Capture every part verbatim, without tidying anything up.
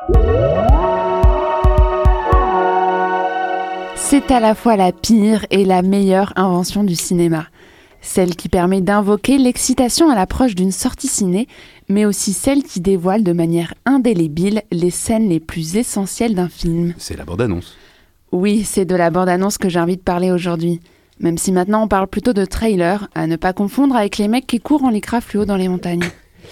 C'est à la fois la pire et la meilleure invention du cinéma. Celle qui permet d'invoquer l'excitation à l'approche d'une sortie ciné, mais aussi celle qui dévoile de manière indélébile les scènes les plus essentielles d'un film. C'est la bande-annonce. Oui, c'est de la bande-annonce que j'ai envie de parler aujourd'hui. Même si maintenant on parle plutôt de trailer, à ne pas confondre avec les mecs qui courent en lycra fluo dans les montagnes.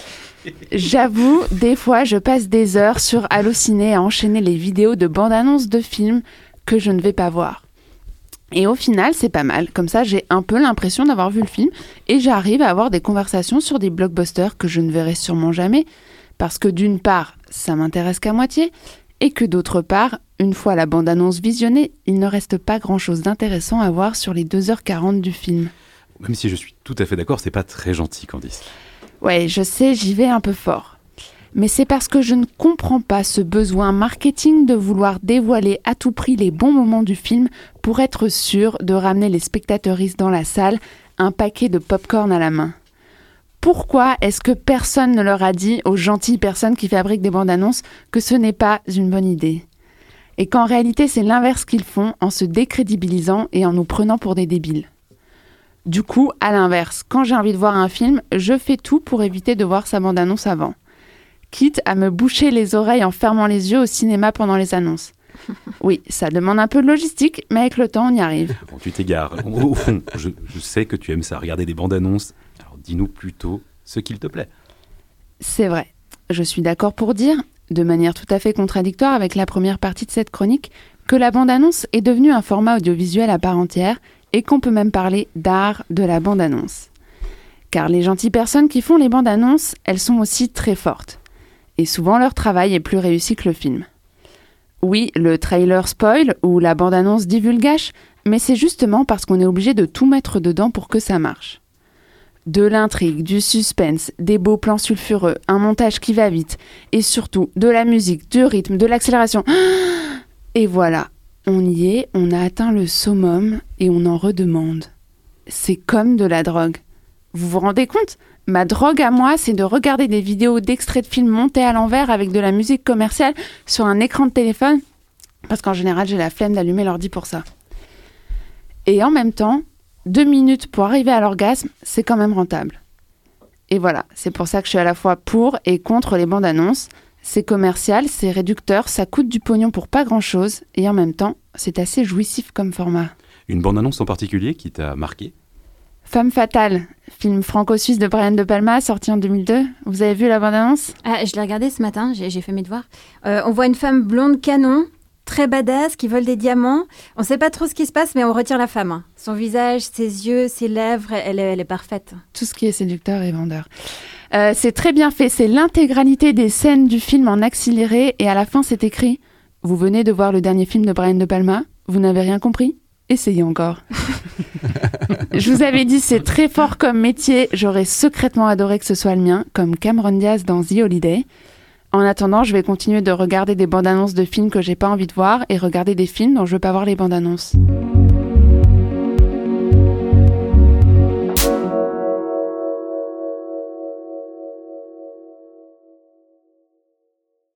J'avoue, des fois je passe des heures sur Allociné à enchaîner les vidéos de bande-annonce de films que je ne vais pas voir. Et au final, c'est pas mal. Comme ça, j'ai un peu l'impression d'avoir vu le film et j'arrive à avoir des conversations sur des blockbusters que je ne verrai sûrement jamais. Parce que d'une part, ça m'intéresse qu'à moitié et que d'autre part, une fois la bande-annonce visionnée, il ne reste pas grand-chose d'intéressant à voir sur les deux heures quarante du film. Même si je suis tout à fait d'accord, c'est pas très gentil, Candice. Ouais, je sais, j'y vais un peu fort. Mais c'est parce que je ne comprends pas ce besoin marketing de vouloir dévoiler à tout prix les bons moments du film pour être sûr de ramener les spectateuristes dans la salle un paquet de pop-corn à la main. Pourquoi est-ce que personne ne leur a dit aux gentilles personnes qui fabriquent des bandes annonces que ce n'est pas une bonne idée ? Et qu'en réalité c'est l'inverse qu'ils font en se décrédibilisant et en nous prenant pour des débiles. Du coup, à l'inverse, quand j'ai envie de voir un film, je fais tout pour éviter de voir sa bande-annonce avant. Quitte à me boucher les oreilles en fermant les yeux au cinéma pendant les annonces. Oui, ça demande un peu de logistique, mais avec le temps, on y arrive. Bon, tu t'égares. Au fond, je, je sais que tu aimes ça, regarder des bandes-annonces. Alors dis-nous plutôt ce qu'il te plaît. C'est vrai. Je suis d'accord pour dire, de manière tout à fait contradictoire avec la première partie de cette chronique, que la bande-annonce est devenue un format audiovisuel à part entière et qu'on peut même parler d'art de la bande-annonce. Car les gentilles personnes qui font les bandes-annonces, elles sont aussi très fortes. Et souvent, leur travail est plus réussi que le film. Oui, le trailer spoil ou la bande-annonce divulgâche, mais c'est justement parce qu'on est obligé de tout mettre dedans pour que ça marche. De l'intrigue, du suspense, des beaux plans sulfureux, un montage qui va vite, et surtout de la musique, du rythme, de l'accélération. Et voilà, on y est, on a atteint le summum et on en redemande. C'est comme de la drogue. Vous vous rendez compte ? Ma drogue à moi, c'est de regarder des vidéos d'extraits de films montés à l'envers avec de la musique commerciale sur un écran de téléphone, parce qu'en général, j'ai la flemme d'allumer l'ordi pour ça. Et en même temps, deux minutes pour arriver à l'orgasme, c'est quand même rentable. Et voilà, c'est pour ça que je suis à la fois pour et contre les bandes annonces. C'est commercial, c'est réducteur, ça coûte du pognon pour pas grand-chose, et en même temps, c'est assez jouissif comme format. Une bande-annonce en particulier qui t'a marqué ? Femme fatale, film franco-suisse de Brian De Palma, sorti en deux mille deux. Vous avez vu la bande-annonce ? Ah, je l'ai regardé ce matin, j'ai, j'ai fait mes devoirs. Euh, on voit une femme blonde canon, très badass, qui vole des diamants. On ne sait pas trop ce qui se passe, mais on retire la femme. Son visage, ses yeux, ses lèvres, elle est, elle est parfaite. Tout ce qui est séducteur et vendeur. Euh, c'est très bien fait, c'est l'intégralité des scènes du film en accéléré et à la fin c'est écrit « Vous venez de voir le dernier film de Brian De Palma, vous n'avez rien compris ? Essayez encore. » Je vous avais dit, c'est très fort comme métier. J'aurais secrètement adoré que ce soit le mien, comme Cameron Diaz dans The Holiday. En attendant, je vais continuer de regarder des bandes annonces de films que j'ai pas envie de voir et regarder des films dont je veux pas voir les bandes annonces.